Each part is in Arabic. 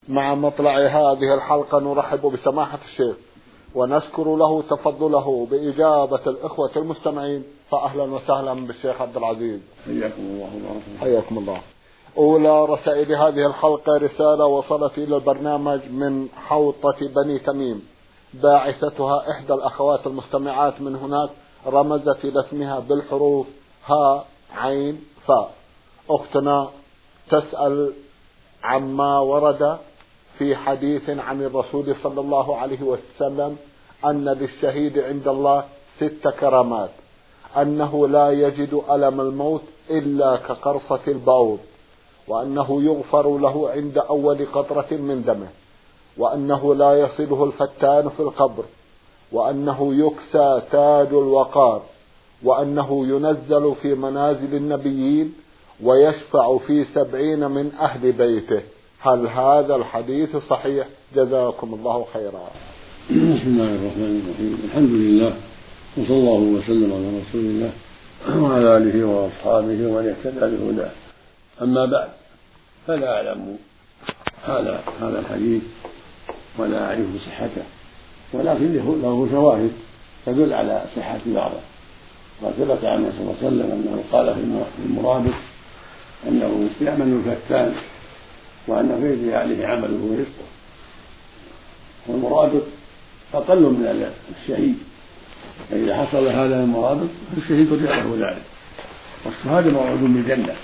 مع مطلع هذه الحلقة نرحب بسماحة الشيخ ونشكر له تفضله بإجابة الإخوة المستمعين، فأهلا وسهلا بالشيخ عبد العزيز. حياكم الله وبارك. حياكم الله. أولى رسائل هذه الحلقة رسالة وصلت إلى البرنامج من حوطة بني تميم، باعثتها إحدى الأخوات المستمعات من هناك، رمزت إلى اسمها بالحروف ها عين فاء. أختنا تسأل عما ورد في حديث عن الرسول صلى الله عليه وسلم أن للشهيد عند الله 6 كرامات: أنه لا يجد ألم الموت إلا كقرصة البعوض، وأنه يغفر له عند أول قطرة من دمه، وأنه لا يصله الفتان في القبر، وأنه يكسى تاج الوقار، وأنه ينزل في منازل النبيين ويشفع في 70 من أهل بيته. هل هذا الحديث صحيح؟ جزاكم الله خيرا. بسم الله الرحمن الرحيم. الحمد لله وصلى الله وسلم على رسول الله وعلى آله وأصحابه ومن اهتدى بهداه. أما بعد، فلا أعلم هذا الحديث ولا أعرف صحته، ولكن له شواهد تدل على صحة بعضه. وثبت عنه صلى الله عليه وسلم أنه قال في المرابط أنه يأمن الفتان وأن في يد عليه عمله ورزقه، والمرابط أقل من الشهيد، فإذا حصل هذا المرابط فالشهيد رزقه ذلك، والشهادة موعود بالجنة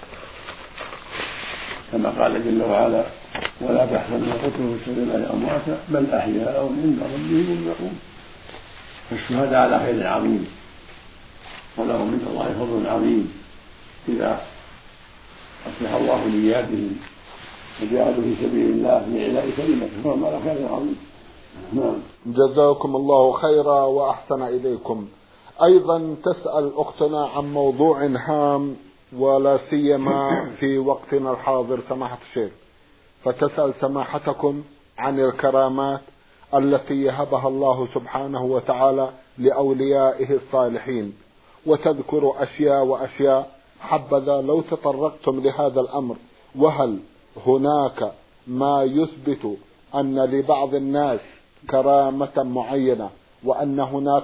كما قال جل وعلا: ولا تحسبن قتلوا في سبيل الله أمواتا بل أحياء عند ربهم يرزقون. فالشهادة على خير عظيم، ولهم من الله فضل عظيم إذا أصلح الله نياتهم وجاهدوا في سبيل الله في إعلاء كلمته، فهم على خير عظيم. جزاكم الله خيرا وأحسن إليكم. أيضا تسأل أختنا عن موضوع هام ولا سيما في وقتنا الحاضر سماحة الشيخ، فتسأل سماحتكم عن الكرامات التي يهبها الله سبحانه وتعالى لأوليائه الصالحين، وتذكر أشياء وأشياء، حبذا لو تطرقتم لهذا الأمر. وهل هناك ما يثبت أن لبعض الناس كرامة معينة، وأن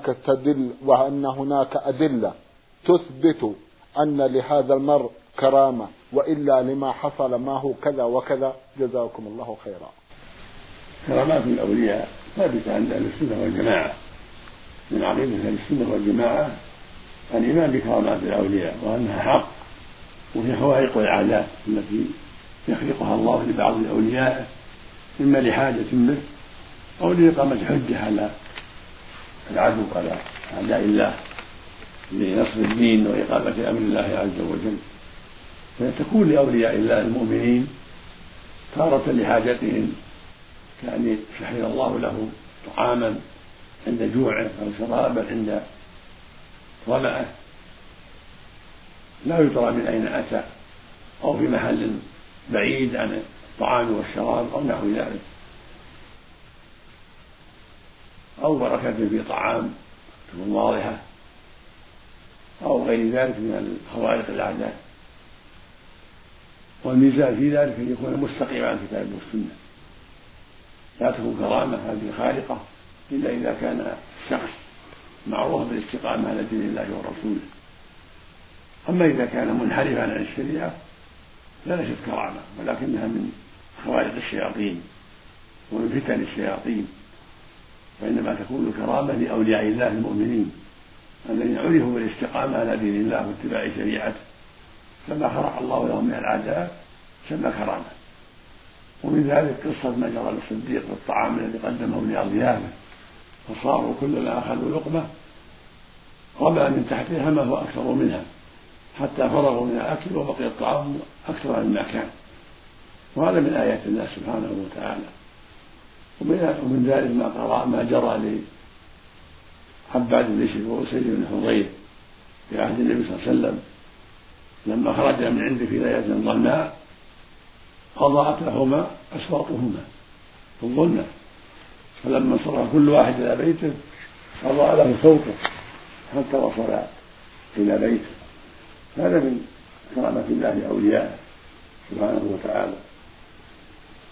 هناك أدلة تثبت أن لهذا المرء كرامة، وإلا لما حصل ما هو كذا وكذا؟ جزاكم الله خيرا. كرامات الأولياء ثابتة عند أهل السنة والجماعة، من عقيدة أهل السنة والجماعة الإيمان بكرامات الأولياء، وأنها حق، وهي خوارق العادات التي يخلقها الله لبعض أوليائه، إما لحاجة منه أو لإقامة حجة على العدو، على أعداء الله، لنصر الدين وإقامة أمر الله عز وجل. فتكون لأولياء الله المؤمنين تارة لحاجتهم، كأن شهد الله له طعاما عند جوعه أو شرابا عند ظمأه لا يدرى من أين أتى، أو في محل بعيد عن الطعام والشراب أو نحو ذلك، أو بركة في طعام تكون واضحة، أو غير ذلك من خوارق العادات. والميزان في ذلك أن يكون مستقيما عن الكتاب والسنة، لا تكون كرامة هذه خارقة إلا إذا كان الشخص معروف بالاستقامة على دين الله ورسوله. أما إذا كان منحرفا عن الشريعة لا ليست كرامة، ولكنها من خوارق الشياطين ومن فتن الشياطين، وإنما تكون كرامة لأولياء الله المؤمنين الذين عرفوا بالاستقامة على دين الله واتباع شريعته، فما خلق الله لهم من العذاب سمى كرامة. ومن ذلك قصة ما جرى للصديق بالطعام الذي قدمه لأضيافه، فصاروا كلما أخذوا لقمة رمى من تحتها ما هو أكثر منها حتى فرغوا من الأكل وبقي الطعام أكثر مما كان. وهذا من آيات الله سبحانه وتعالى. ومن ذلك ما جرى لعباد بن بشر وأسيد بن حضير في عهد النبي صلى الله عليه وسلم، لما خرج من عنده في ليلة ظلماء أضاءت لهما أسواقهما في الظلمة، فلما انصرف كل واحد إلى بيته أضاء له صوته حتى وصل إلى بيته. هذا من كرامة الله لأوليائه سبحانه وتعالى.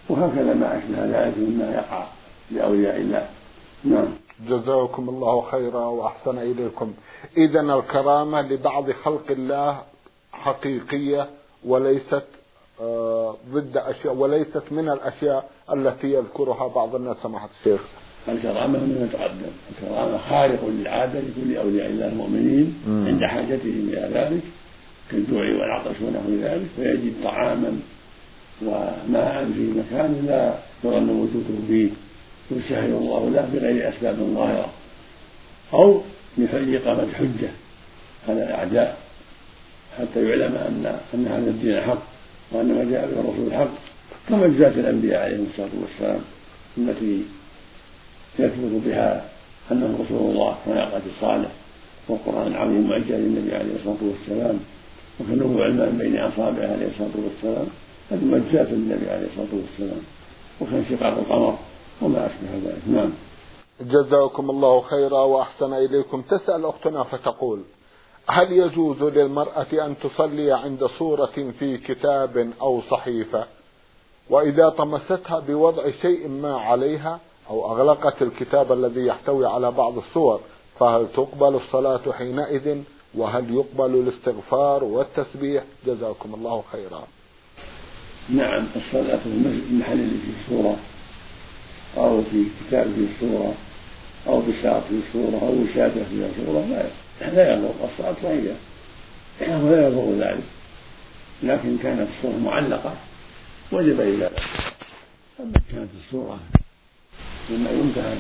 وهكذا ما أشبه ذلك مما يقع لأولياء الله. نعم. جزاكم الله خيرا وأحسن إليكم. إذن الكرامة لبعض خلق الله حقيقية وليست ضد أشياء، وليست من الأشياء التي يذكرها بعض الناس. سماحة الشيخ، الكرامة من تقدم، الكرامة خارق للعادة لكل أولياء الله المؤمنين عند حاجتهم إلى ذلك كالجوع والعطش ونحو ذلك، فيجد طعاما وماء في مكان لا يظن وجوده فيه يسهل الله له بغير أسباب ظاهرة، أو من إقامة حجة على الأعداء حتى يعلم أن هذا الدين حق وأن ما جاء به الرسول حق، كمعجزات الأنبياء عليهم الصلاة والسلام التي يثبت بها أنه رسول الله وناقة الصالح والقرآن العظيم معجزة للنبي عليه الصلاة والسلام، وكنه الماء بين أصابعه عليه الصلاة والسلام هذه معجزات للنبي عليه الصلاة والسلام، وكانشقاق القمر وما أشبه ذلك. نعم. جزاكم الله خيرا وأحسن إليكم. تسأل أختنا فتقول: هل يجوز للمرأة أن تصلي عند صورة في كتاب أو صحيفة، وإذا طمستها بوضع شيء ما عليها أو أغلقت الكتاب الذي يحتوي على بعض الصور، فهل تقبل الصلاة حينئذ، وهل يقبل الاستغفار والتسبيح؟ جزاكم الله خيرا. نعم، الصلاة في المحل اللي فيه صورة أو في كتاب فيه صورة أو بساط فيه صورة أو وشادة فيها صورة لا يضر، الصلاة صحيحة ولا يضر ذلك، لكن كانت الصورة معلقة وجب إلى ذلك. أما كانت الصورة مما يمتهن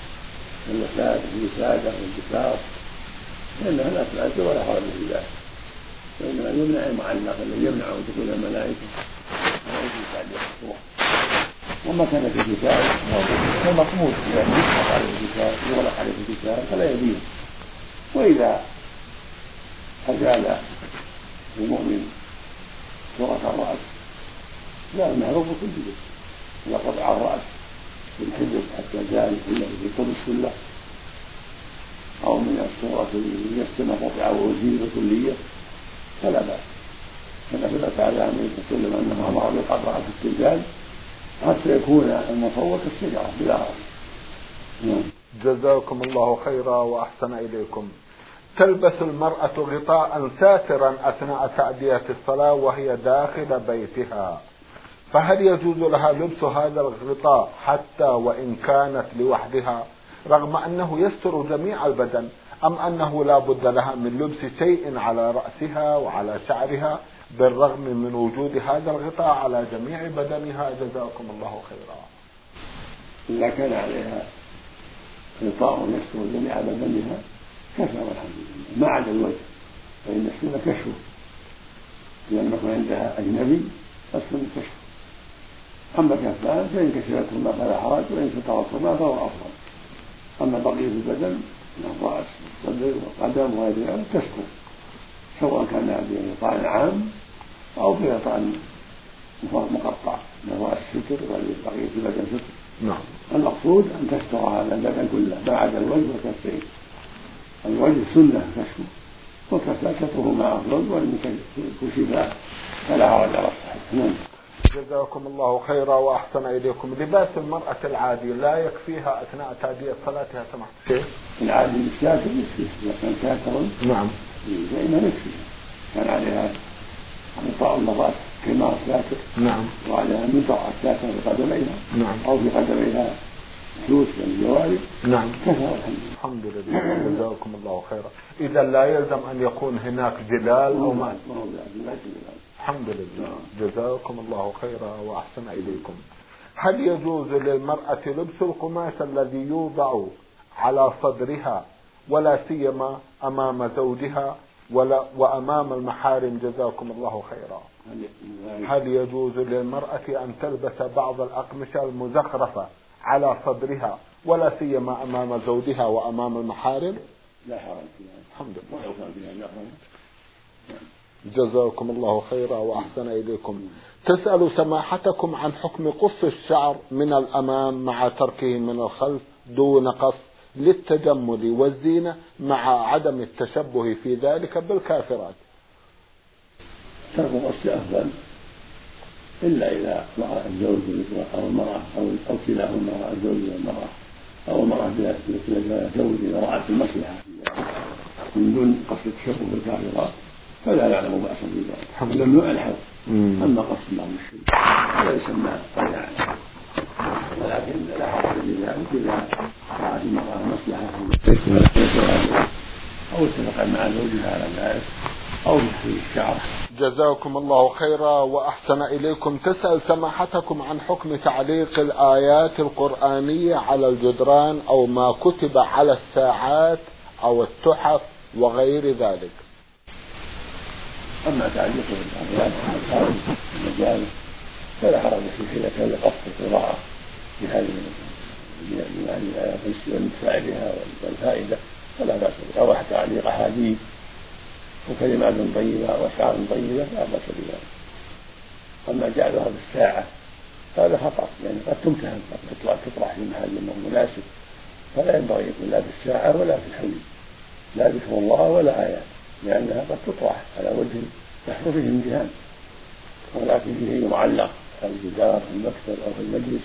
الوسادة والبساط فإنها لا تؤثر ولا حرج في ذلك، وإنما يمنع المعلق الذي يمنع دخول الملائكة في تعليق الصورة. وما كان في الكتاب فالمقمود يعني يسقط عليه الكتاب يغلق عليه الكتاب فلا يبين. وإذا أزال المؤمن صورة الرأس لا المعروف كل شيء، إذا قطع الرأس بالحجر حتى زال كله بالطبس كله، أو من الصورة التي يستمع قطع وزيل كلية فلا بأس، كما ثبت على النبي صلى الله عليه وسلم أنه أمر بقطع في التمثال حتى يكون المصور كالشجرة بلا رأس. جزاكم الله خيرا وأحسن إليكم. تلبس المرأة غطاء ساترا أثناء تأدية الصلاة وهي داخل بيتها، فهل يجوز لها لبس هذا الغطاء حتى وإن كانت لوحدها رغم أنه يستر جميع البدن، أم أنه لا بد لها من لبس شيء على رأسها وعلى شعرها بالرغم من وجود هذا الغطاء على جميع بدنها؟ جزاكم الله خيرا. إذا كان عليها غطاء يستر جميع بدنها كفى والحمد لله، ما عدا الوجه فإن السنة كشفه، لأن يكون عندها أجنبي السنة كشفه. أما كفان فإن كشفتهما فلا حرج، وإن سترتهما فهو أفضل. أما بقية البدن من الرأس والصدر والقدم وغير ذلك تستر، سواء كان بغطاء عام أو بغطاء مقطع من الرأس ستر وبقية البدن ستر. نعم. المقصود أن تستر هذا البدن كله ما عدا الوجه والكفين. الوجه سنة كشفه وكفتهما أفضل، وإن كشفا فلا حرج على الصحيح. جزاكم الله خيرا وأحسن إليكم. لباس المرأة العادي لا يكفيها أثناء تأدية صلاتها سمحت الشيخ؟ العادي الساتر يكفيه، إذا كان ساترا نعم فإنه يكفيها، كان عليها غطاء الراس كمار ساتر نعم، وعليها مطرقة ساتر في قدميها نعم، أو في قدميها فلوس الجوارب نعم، كفى الحمد لله. جزاكم الله خيرا. إذا لا يلزم أن يكون هناك جلال أو ما. الحمد لله. جزاكم الله خيرا وأحسن إليكم. هل يجوز للمرأة لبس القماش الذي يوضع على صدرها ولا سيما أمام زوجها وأمام المحارم؟ جزاكم الله خيرا. هل يجوز للمرأة أن تلبس بعض الأقمشة المزخرفة على صدرها ولا سيما أمام زوجها وأمام المحارم؟ لا حرج فيها، الحمد لله. ولو كان فيها جهرا. جزاكم الله خيرا وأحسن إليكم. تسأل سماحتكم عن حكم قص الشعر من الأمام مع تركه من الخلف دون قص للتجمل والزينة مع عدم التشبه في ذلك بالكافرات. ترك القص أفضل، إلا إذا رأى الزوج أو المرأة أو كلاهما رأى الزوج والمرأة أو المرأة زوج إذا رأت المصلحة من دون قصد التشبه بالكافرات فلا يعلم بأسا في ذلك، ممنوع الحظ. أما قصد الله الشرك فلا يسمى ضياعا، ولكن لا حرج في ذلك إذا رأت المرأة مصلحة أو اتفق مع زوجها على ذلك أو في الشعر. جزاكم الله خيرا وأحسن إليكم. تسأل سماحتكم عن حكم تعليق الآيات القرآنية على الجدران أو ما كتب على الساعات أو التحف وغير ذلك. أما تعليق الآيات على المجال فلا حرج فيه إذا كان لقصد القراءة بهذه الآيات والانتفاع بها والفائدة فلا بأس به، أو تعليق أحاديث وكلمات طيبة وأشعار طيبة لا بأس بذلك. أما جعلها بالساعة هذا خطأ، يعني قد تمتهن، قد تطرح في محل مناسب، فلا ينبغي يكون لا في الساعة ولا في الحلم، لا ذكر الله ولا آيات، لأنها قد تطرح على وجه يحصل فيه امتهان، ولكن فيه معلق على الجدار في المكتب أو في المجلس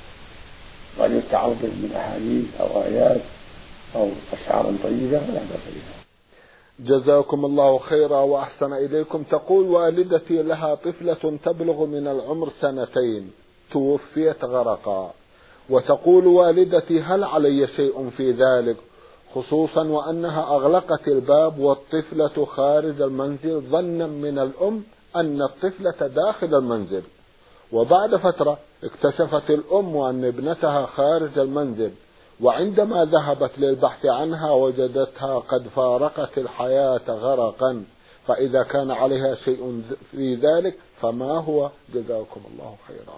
قد يتعرض من أحاديث أو آيات أو أشعار طيبة فلا بأس بها. جزاكم الله خيرا وأحسن إليكم. تقول والدتي لها طفلة تبلغ من العمر 2 توفيت غرقا، وتقول والدتي هل علي شيء في ذلك، خصوصا وأنها أغلقت الباب والطفلة خارج المنزل ظنا من الأم أن الطفلة داخل المنزل، وبعد فترة اكتشفت الأم أن ابنتها خارج المنزل، وعندما ذهبت للبحث عنها وجدتها قد فارقت الحياة غرقا، فإذا كان عليها شيء في ذلك فما هو؟ جزاكم الله خيرا.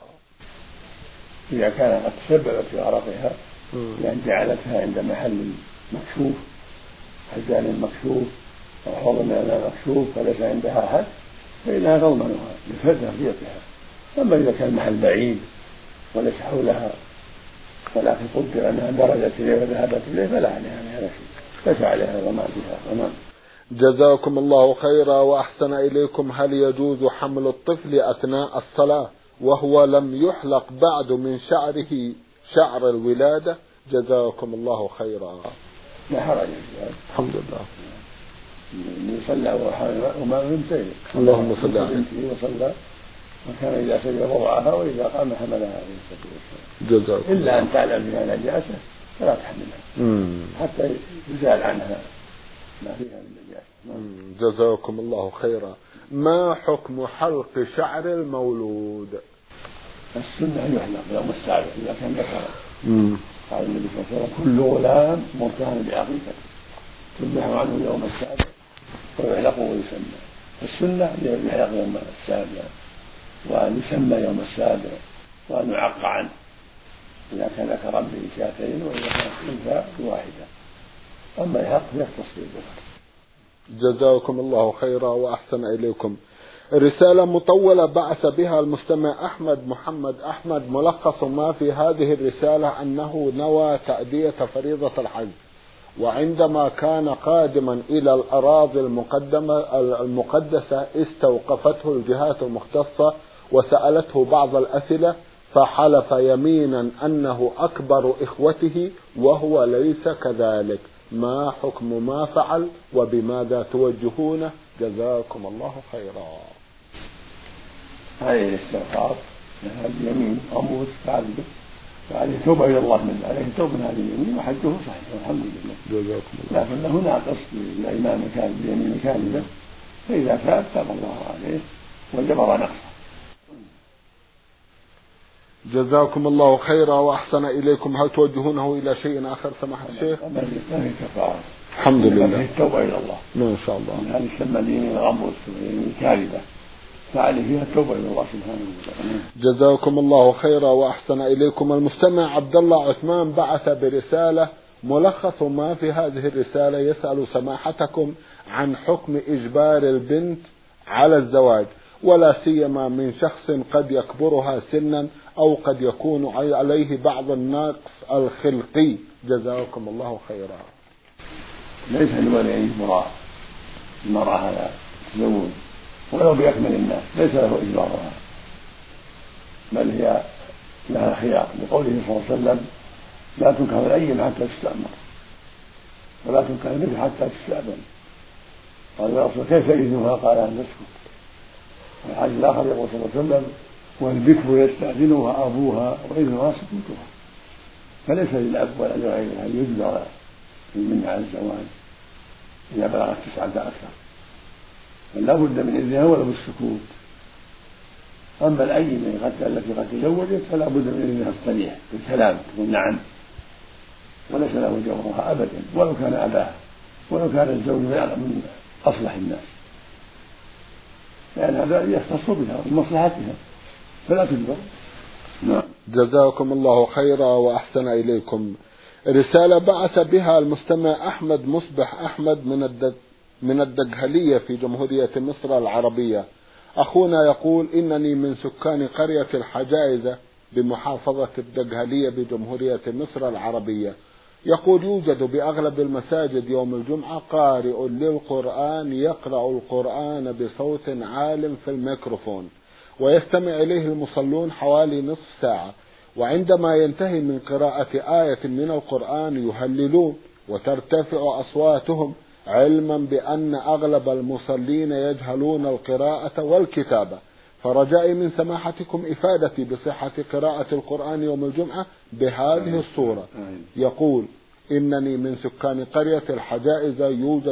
إذا كان قد تسببت في غرقها لأن جعلتها عند محل مكشوف، حزان مكشوف أو حوض من مكشوف فليس عندها أحد فإنها تضمنها لتربيتها. أما إذا كان محل بعيد وليس حولها ولكن قدر أنها درجت إليه وذهبت إليه فلا عليها من هذا شيء، ليس عليها ضمان فيها ضمان. جزاكم الله خيرا وأحسن إليكم. هل يجوز حمل الطفل أثناء الصلاة وهو لم يحلق بعد من شعره شعر الولادة؟ جزاكم الله خيرا. لا حرج في ذلك، الحمد لله. من صلى وما من اللهم صل عليه وصلى وكان إذا سجد وضعها وإذا قام حملها عليه الصلاة والسلام، إلا أن تعلم بها نجاسة فلا تحملها حتى يزال عنها ما فيها من نجاسة. جزاكم الله خيرا. ما حكم حلق شعر المولود؟ السنة أن يحلق يوم السابع إذا كان ذكرا. قال النبي صلى الله عليه وسلم كل غلام مرتهن بعقيقته تذبح عنه يوم السابع ويحلق ويسمى. السنة أن يحلق يوم السابع وأن يسمى يوم السابع وأن يعق عنه إذا كان ذكرا بشاتين وإذا كان أنثى بواحدة. أما الحق يختص بالذكر. جزاكم الله خيرا وأحسن إليكم. رسالة مطولة بعث بها المستمع أحمد محمد أحمد، ملخص ما في هذه الرسالة أنه نوى تأدية فريضة الحج، وعندما كان قادما إلى الأراضي المقدسة استوقفته الجهات المختصة وسألته بعض الأسئلة، فحلف يمينا أنه أكبر إخوته وهو ليس كذلك. ما حكم ما فعل وبماذا توجهونه؟ جزاكم الله خيرا. هذه الاستغفار هذه اليمين أموت فعليه توبة إلى الله منه، عليه توبة من هذه اليمين وحجه صحيح والحمد لله. جزاكم الله. لكنه ناقص بالإيمان باليمين كاذبة، فإذا تاب الله عليه وجبر نقصه. جزاكم الله خيرا وأحسن إليكم. هل توجهونه إلى شيء آخر سماحة الشيخ؟ ما في كفارة الحمد لله. التوبة إلى الله ما شاء الله. هذه تسمى اليمين الغموس واليمين الكاذبة، فعليه فيها التوبة إلى الله سبحانه وتعالى. جزاكم الله خيرا وأحسن إليكم. المستمع عبد الله عثمان بعث برسالة، ملخص ما في هذه الرسالة يسأل سماحتكم عن حكم إجبار البنت على الزواج، ولا سيما من شخص قد يكبرها سنا أو قد يكون عليه بعض النقص الخلقي. جزاكم الله خيرا. ليس لولي إجبار المرأة على الزوج ولو بأكمل الناس، ليس له إجبارها، بل هي لها خيار، لقوله صلى الله عليه وسلم: لا تنكح الأيم حتى تستأمر، ولا تنكح البكر حتى تستأذن. قال يا رسول كيف إذنها؟ قال أن تسكت. والحديث الآخر يقول صلى الله عليه وسلم: والبكر يستأذنها أبوها وإذنها سكوتها. فليس للأب ولا لغيره أن يجبر المنع عن الزواج إذا بلغت 9 أكثر، فلا بد من إذنها ولا بالسكوت. أما الأيم التي قد تزوجت فلا بد من إذنها الصريح بالكلام، تقول نعم، وليس له جورها أبدا ولو كان أباها، ولو كان الزوج من أصلح الناس، لأن هذا يختص بها ومصلحتها فلا تجبر. نعم. جزاكم الله خيرا وأحسن إليكم. رسالة بعث بها المستمع أحمد مصبح أحمد من الدقهلية في جمهورية مصر العربية. أخونا يقول: إنني من سكان قرية الحجائزة بمحافظة الدقهلية بجمهورية مصر العربية. يقول: يوجد بأغلب المساجد يوم الجمعة قارئ للقرآن يقرأ القرآن بصوت عال في الميكروفون، ويستمع إليه المصلون حوالي نصف ساعة، وعندما ينتهي من قراءة آية من القرآن يهللون وترتفع أصواتهم، علما بأن أغلب المصلين يجهلون القراءة والكتابة. فرجائي من سماحتكم إفادتي بصحة قراءة القرآن يوم الجمعة بهذه الصورة. يقول: إنني من سكان قرية الحجائزة،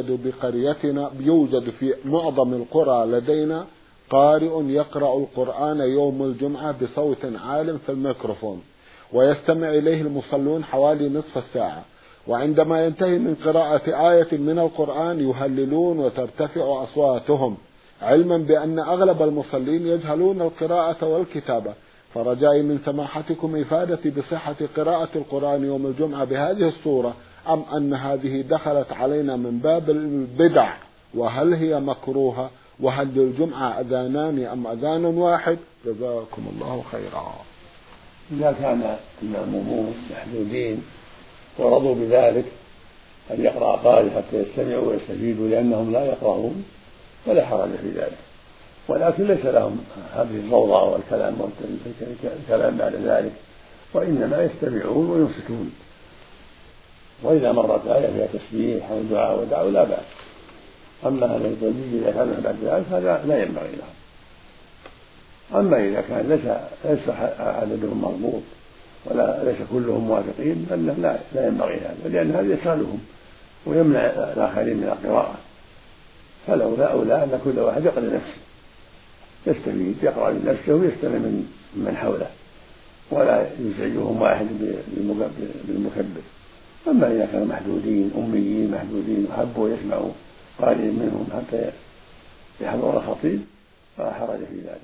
يوجد في معظم القرى لدينا قارئ يقرأ القرآن يوم الجمعة بصوت عال في الميكروفون، ويستمع إليه المصلون حوالي نصف الساعة، وعندما ينتهي من قراءة آية من القرآن يهللون وترتفع أصواتهم، علما بأن أغلب المصلين يجهلون القراءة والكتابة. فرجائي من سماحتكم إفادتي بصحة قراءة القرآن يوم الجمعة بهذه الصورة، أم أن هذه دخلت علينا من باب البدع، وهل هي مكروهة، وهل للجمعة أذانان أم أذان واحد؟ جزاكم الله خيرا. إذا كان المأمومون محدودين ورضوا بذلك أن يقرأ قارئ حتى يستمعوا ويستفيدوا لأنهم لا يقرؤون فلا حرج في ذلك، ولكن ليس لهم هذه الفوضى والكلام بعد ذلك، وإنما يستمعون وينصتون، وإذا مرت آية فيها تسبيح أو دعاء ودعوا لا بأس. أما هذا الضجيج إذا كان بعد ذلك هذا لا ينبغي لهم. أما إذا كان ليس عددهم مربوط ولا ليس كلهم موافقين لا ينبغي هذا، لأن هذا يشغلهم ويمنع الآخرين من القراءة. فلولا أولى أن كل واحد يقرأ لنفسه، يستفيد يقرأ لنفسه ويستمع من حوله، ولا يزعجهم واحد بالمكبر. أما إذا كانوا محدودين أميين محدودين وحبوا يسمعوا قارئ منهم حتى يحضر الخطيب فلا حرج في ذلك.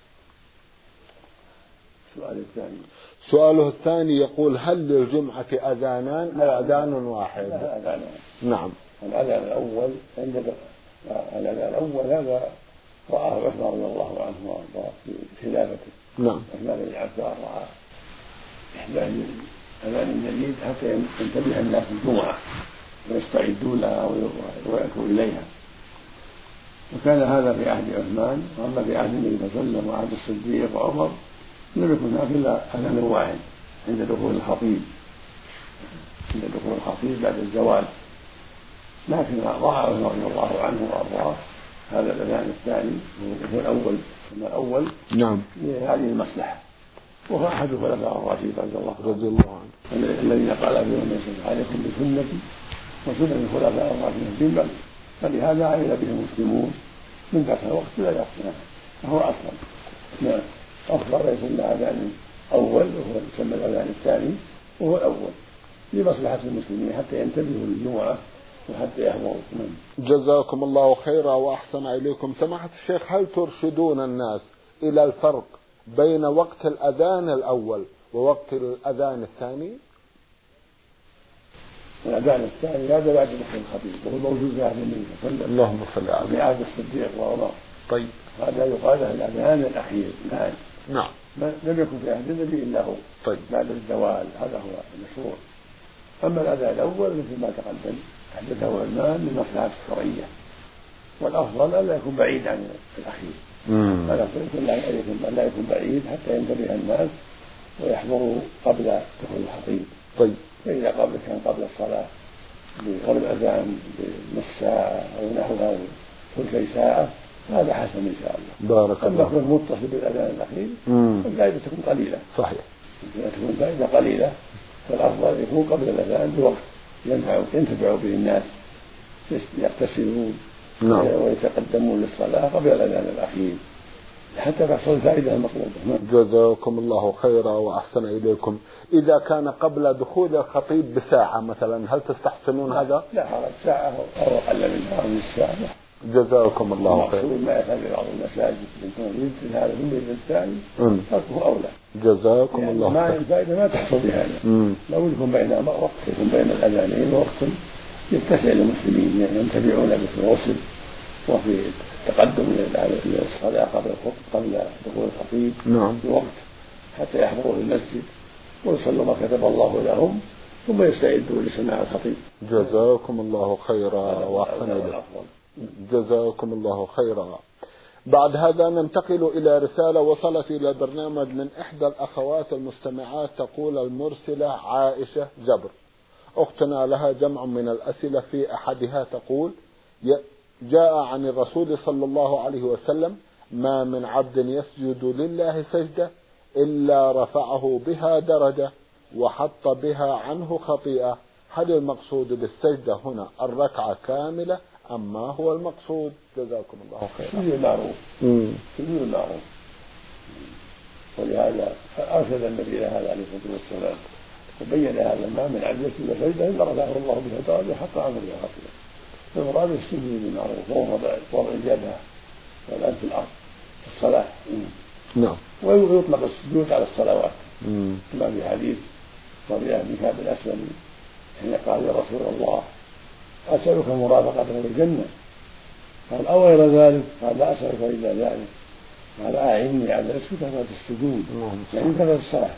سؤاله الثاني يقول: هل للجمعة أذانان أو أذان واحد؟ لا، أذانان. نعم. الأذان الأول هذا رآه عثمان رضي الله عنه وأرضاه في خلافته. نعم. عثمان بن عفان رأى إحداث الأذان الجديد حتى ينتبه الناس الجمعة ويستعدوا لها ويأتوا إليها، وكان هذا في عهد عثمان. وأما في عهد النبي صلى الله عليه وسلم وعهد الصديق وعمر لم يكن هناك إلا أذان واحد عند دخول الخطيب بعد الزوال، لكن رأى عثمان رضي الله عنه وأرضاه هذا الأذان الثاني وهو الأول نعم لهذه المصلحة، وهو أحد الخلفاء الراشدين رضي الله عنه الذين قال فيهم: عليكم بسنتي وسنة الخلفاء الراشدين من بعد. فلهذا عمل به المسلمون من ذاك الوقت لا يقصنا، فهو أصلا نعم أفضل يكون أذان أول وهو يسمى الأذان الثاني وهو الأول لمصلحة المسلمين حتى ينتبهوا للجمعة وحتى يحضروا. جزاكم الله خيرا وأحسن إليكم. سماحة الشيخ، هل ترشدون الناس إلى الفرق بين وقت الأذان الأول ووقت الأذان الثاني؟ الأذان الثاني هذا بعد دخول الخطيب وهو موجود في عهد النبي صلى الله عليه وسلم. اللهم صل على في عهد الصديق وعمر. طيب. هذا يقال له الأذان الأخير. نعم. لم يكن في عهد النبي إلا هو. طيب. بعد الزوال هذا هو المشروع. أما الأذان الأول مثل ما تقدم أحدثه عثمان للمصلحة الشرعية، والأفضل ألا يكون بعيد عن الأخير فنقول لا يكون بعيد حتى ينتبه الناس ويحضروا قبل دخول الخطيب. طيب. فإذا كان قبل الصلاة قبل الأذان بنص ساعة أو نحوها ثلثي ساعة هذا حسن إن شاء الله. بارك الله. أما يكون متصل بالأذان الأخير فالفائدة تكون قليلة. صحيح. إذا تكون فائدة قليلة فالأفضل يكون قبل الأذان بوقت ينتفع به الناس يغتسلون ويتقدمون للصلاة قبل الأذان الأخير حتى تحصل الفائدة المطلوبة. جزاكم الله خيرا وأحسن إليكم. إذا كان قبل دخول الخطيب بساعة مثلا هل تستحسنون هذا؟ لا حرج، ساعة أو أقل من الساعة. جزاكم الله خيرا. ما يفعل بعض المساجد من هذا من بين الثاني تركه أولى. جزاكم يعني الله خيرا. الفائدة ما تحصل بهذا. لو يكون بين وقت يكون بين الأذانين وقت يتسع للمسلمين يعني ينتفعون به في الغسل وفي التقدم للصلاة قبل دخول الخطيب بوقت حتى يحضروا في المسجد ويصلوا ما كتب الله لهم ثم يستعدوا لسماع الخطيب. جزاكم الله خيرا وأحسن إليكم. جزاكم الله خيرا. بعد هذا ننتقل إلى رسالة وصلت إلى البرنامج من إحدى الأخوات المستمعات. تقول المرسلة عائشة جبر، أختنا لها جمع من الأسئلة، في أحدها تقول: جاء عن الرسول صلى الله عليه وسلم: ما من عبد يسجد لله سجدة إلا رفعه بها درجة وحط بها عنه خطيئة. هل المقصود بالسجدة هنا الركعة كاملة أم ما هو المقصود؟ جزاكم الله خيرا. سجود المعروف ولهذا أرشد النبي إلى هذا عليه الصلاة والسلام وبين هذا: ما من عبد يسجد سجدة إلا رفعه الله بها درجة وحط عنه بها خطيئة. فالمراد السجود بالمعروف وهو وضع الجبهة والأنف في الأرض في الصلاة. نعم. ويطلق السجود على الصلوات كما في حديث ربيعة بن كعب الأسلمي حين قال: يا رسول الله أسألك مرافقتك في الجنة؟ قال: أو غير ذلك؟ قال: لا أسألك إلا ذلك. قال: أعني على كثرة السجود يعني كثرة الصلاة.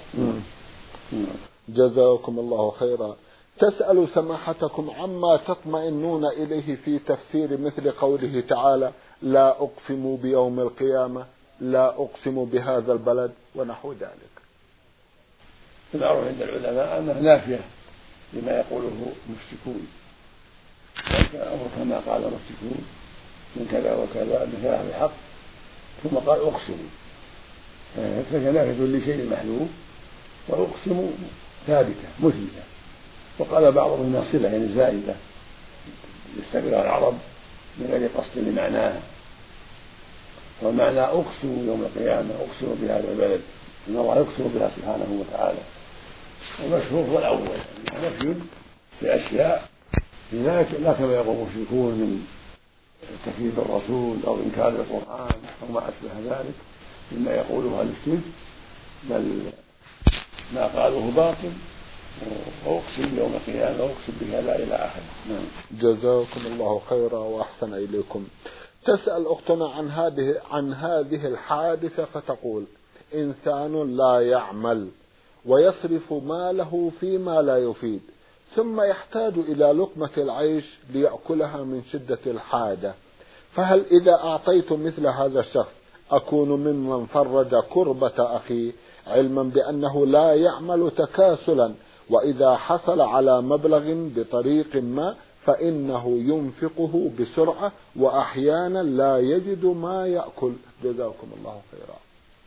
جزاكم الله خيرا. تسأل سماحتكم عما تطمئنون إليه في تفسير مثل قوله تعالى: لا أقسم بيوم القيامة، لا أقسم بهذا البلد، ونحو ذلك. المعروف عند العلماء أنها نافية لما يقوله المشركون، أو كما قال المشركون من كذا وكذا بكلام الحق ثم قال أقسم، فهي نافية لشيء محذوف، وأقسم ثابتة مثبتة. وقال بعضهم إنها صلة يعني زائدة يستقبلها العرب من غير قصد لمعناها، ومعنى أقسم يوم القيامة أقسم بهذا البلد إن الله يقسم بها سبحانه وتعالى. والمشهور هو الأول يعني نفي بأشياء لا كما يقول المشركون من تكذيب الرسول أو إنكار القرآن أو ما أشبه ذلك مما يقوله أهل الشرك، بل ما قالوه باطل. وأقسم يوم القيامة وأقسم بهذا إلى آخره. جزاكم الله خيرا وأحسن إليكم. تسأل أختنا عن هذه الحادثة فتقول: إنسان لا يعمل ويصرف ماله فيما لا يفيد، ثم يحتاج إلى لقمة العيش ليأكلها من شدة الحاجة، فهل إذا أعطيت مثل هذا الشخص أكون ممن فرج كربة أخيه، علما بأنه لا يعمل تكاسلا، وإذا حصل على مبلغ بطريق ما فإنه ينفقه بسرعة وأحيانا لا يجد ما يأكل؟ جزاكم الله خيرا.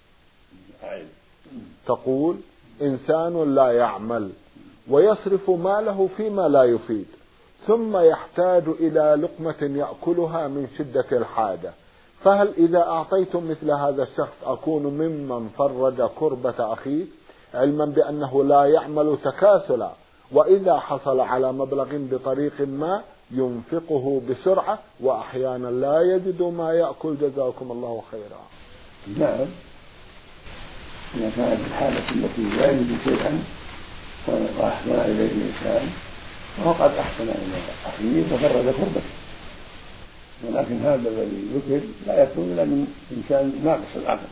تقول: إنسان لا يعمل ويصرف ماله فيما لا يفيد، ثم يحتاج إلى لقمة يأكلها من شدة الحاجة، فهل إذا أعطيت مثل هذا الشخص أكون ممن فرج كربة أخيه، علما بأنه لا يعمل تكاسلا، وإذا حصل على مبلغ بطريق ما ينفقه بسرعة وأحيانا لا يجد ما يأكل؟ جزاكم الله خيرا. نعم، إذا كانت الحالة التي لا يجد شيئا وأحسن إليه الإنسان فهو قد أحسن إلى أخيه وفرج كربته، ولكن هذا الذي ذكر لا يكون إلا من إنسان ناقص العقل،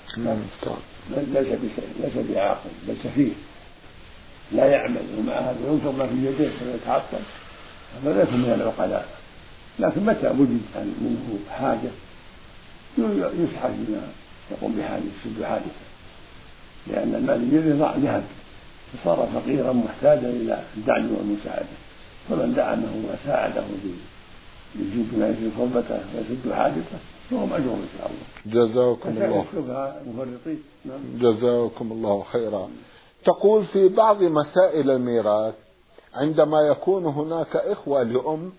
ليس بعاقل بل سفيه لا يعمل، ومع هذا ينفق ما في يده ويتعطل، هذا لا يكون من العقلاء. لكن متى وجد منه حاجة يسحب بما يقوم بحاجة يسد حاجته، لأن المال الذي ذهب فصار فقيرا محتاجا إلى الدعم والمساعدة، فمن دعمه وساعده يجيب ما يجيب كربته ويسد حاجته لهم أجر إن شاء الله. جزاكم الله مفرطين. جزاكم الله خيرا. تقول في بعض مسائل الميراث عندما يكون هناك إخوة لأم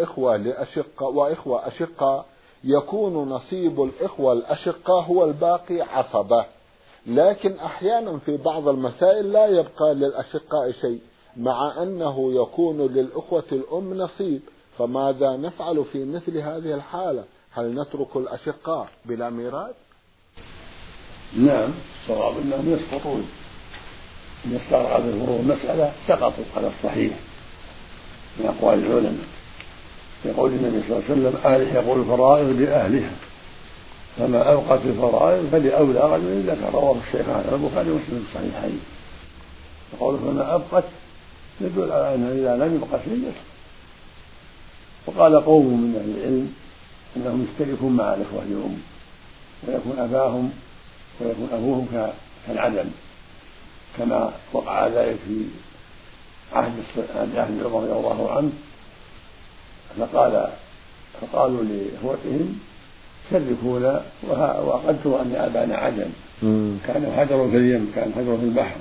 وإخوة أشقاء يكون نصيب الإخوة الأشقاء هو الباقي عصبة، لكن أحيانا في بعض المسائل لا يبقى للأشقاء شيء مع أنه يكون للأخوة الأم نصيب، فماذا نفعل في مثل هذه الحالة؟ هل نترك الأشقاء بلا ميراث؟ نعم، الصواب أنهم يسقطون إن استغرقت الفروض مسألة سقطوا على الصحيح من أقوال العلماء، يقول النبي صلى الله عليه وسلم ألحقوا الفرائض لأهلها فما أبقت الفرائض فلأولى رجل ذكر، رواه الشيخان البخاري ومسلم في الصحيحين. يقول فما أبقت يدل على أنه إذا لم يبقى شيء يسقط. وقال قوم من أهل العلم أنهم يشتركون مع الإخوة الأم ويكون أبوهم كالعدم، كما وقع ذلك في عهد عمر رضي الله عنه، فقالوا لإخوتهم شركونا وقدروا أن أبانا عدم، كان حجر في اليم كان حجر في البحر،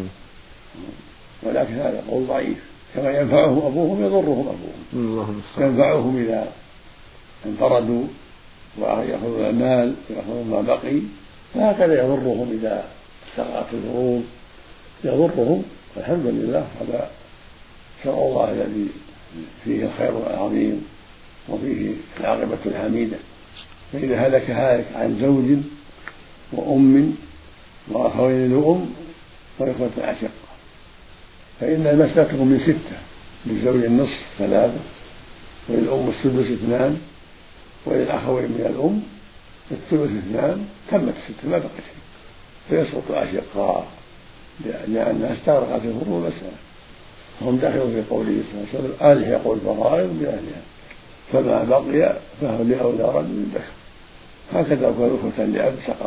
ولكن هذا قول ضعيف. كما ينفعهم أبوهم يضرهم أبوهم، ينفعهم إذا انفردوا ويأخذون المال ويأخذون ما بقي، فهكذا يضرهم إذا استغرقت الفروض يضرهم. الحمد لله هذا شرع الله الذي فيه الخير العظيم وفيه العاقبة الحميدة. فإذا هلك هالك عن زوج وأم وأخوين لأم وإخوة أشقة فإن المسألة من 6، للزوج النصف 3، وللأم السدس 2، وللأخوين من الأم الثلث 2، تمت 6 ما بقي شيء، فيسقط الأشقاء لأنها استغرقت الفروض مسألة، فهم داخلون في قوله صلى الله عليه وسلم ألحقوا الفرائض بأهلها فما بقي فهو لأولى رجل ذكر. هكذا لو كانوا إخوة لأب سقط.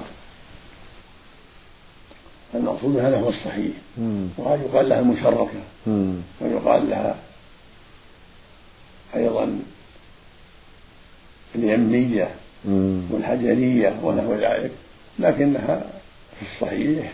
المقصود هذا هو الصحيح، وقد يقال لها المشركة ويقال لها أيضا اليمية والحجرية ونحو ذلك، لكنها في الصحيح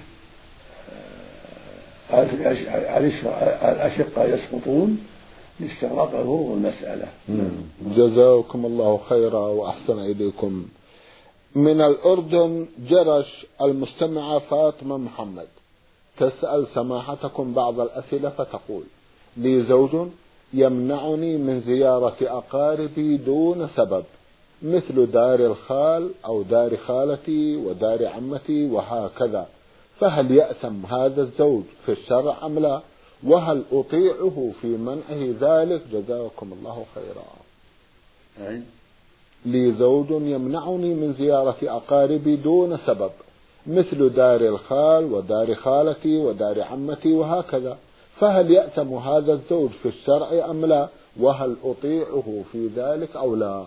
الأشقة يسقطون لاستغراق الفروض المسألة. جزاكم الله خيرا وأحسن إليكم. من الأردن جرش المستمعة فاطمة محمد تسأل سماحتكم بعض الأسئلة فتقول: لي زوج يمنعني من زيارة أقاربي دون سبب، مثل دار الخال أو دار خالتي ودار عمتي وهكذا، فهل يأثم هذا الزوج في الشرع أم لا؟ وهل أطيعه في منعه ذلك؟ جزاكم الله خيرا. لي زوج يمنعني من زيارة أقاربي دون سبب، مثل دار الخال ودار خالتي ودار عمتي وهكذا، فهل يأثم هذا الزوج في الشرع أم لا؟ وهل أطيعه في ذلك أو لا؟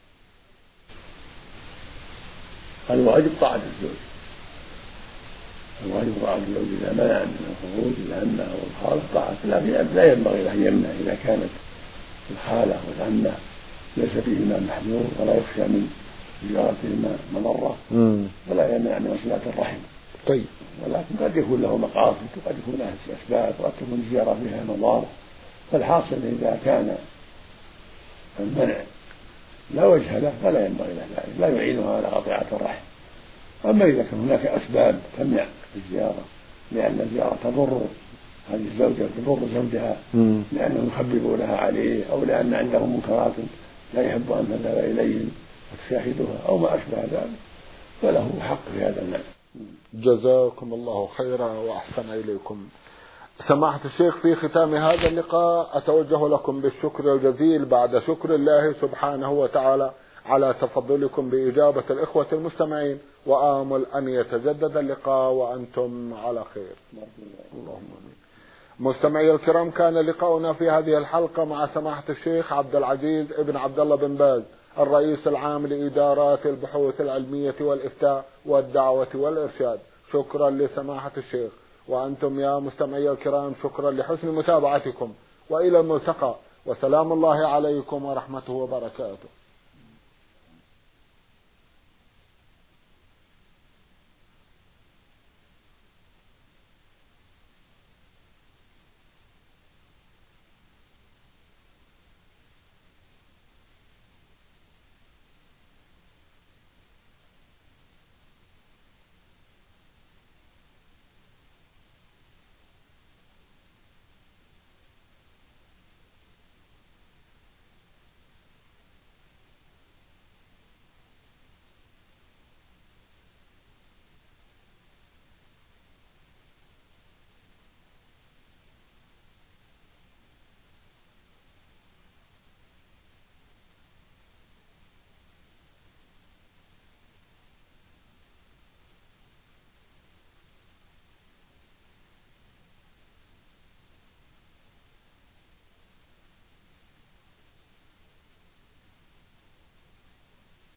الواجب طاعة الزوج، الواجب طاعة الزوج إذا منع من الخروج العمة أو الخالة طاعة، لا ينبغي له يمنع إذا كانت الخالة والعمة ليس فيهما محذور ولا يخشى من زيارتهما مضرة، فلا يمنع من صلة الرحم. طيب، ولكن قد يكون له مقاصد وقد يكون لها أسباب وقد تكون الزيارة فيها مضار، فالحاصل إذا كان المنع لا وجه له فلا ينبغي له ذلك، لا يعينها على قطيعة الرحم. أما إذا كان هناك أسباب تمنع الزيارة، لأن الزيارة تضر هذه الزوجة تضر زوجها لأنهم يخبرونها عليه، أو لأن عندهم منكرات لا يحب أن تذهب إليهم وتشاهدها أو ما أشبه ذلك، فله حق في هذا المعنى. جزاكم الله خيرا وأحسن إليكم. سماحة الشيخ، في ختام هذا اللقاء أتوجه لكم بالشكر الجزيل بعد شكر الله سبحانه وتعالى على تفضلكم بإجابة الإخوة المستمعين، وآمل أن يتجدد اللقاء وأنتم على خير. اللهم آمين. مستمعي الكرام، كان لقاؤنا في هذه الحلقة مع سماحة الشيخ عبد العزيز ابن عبد الله بن باز الرئيس العام لإدارات البحوث العلمية والإفتاء والدعوة والإرشاد. شكرا لسماحة الشيخ. وأنتم يا مستمعي الكرام شكرا لحسن متابعتكم، وإلى الملتقى، وسلام الله عليكم ورحمته وبركاته.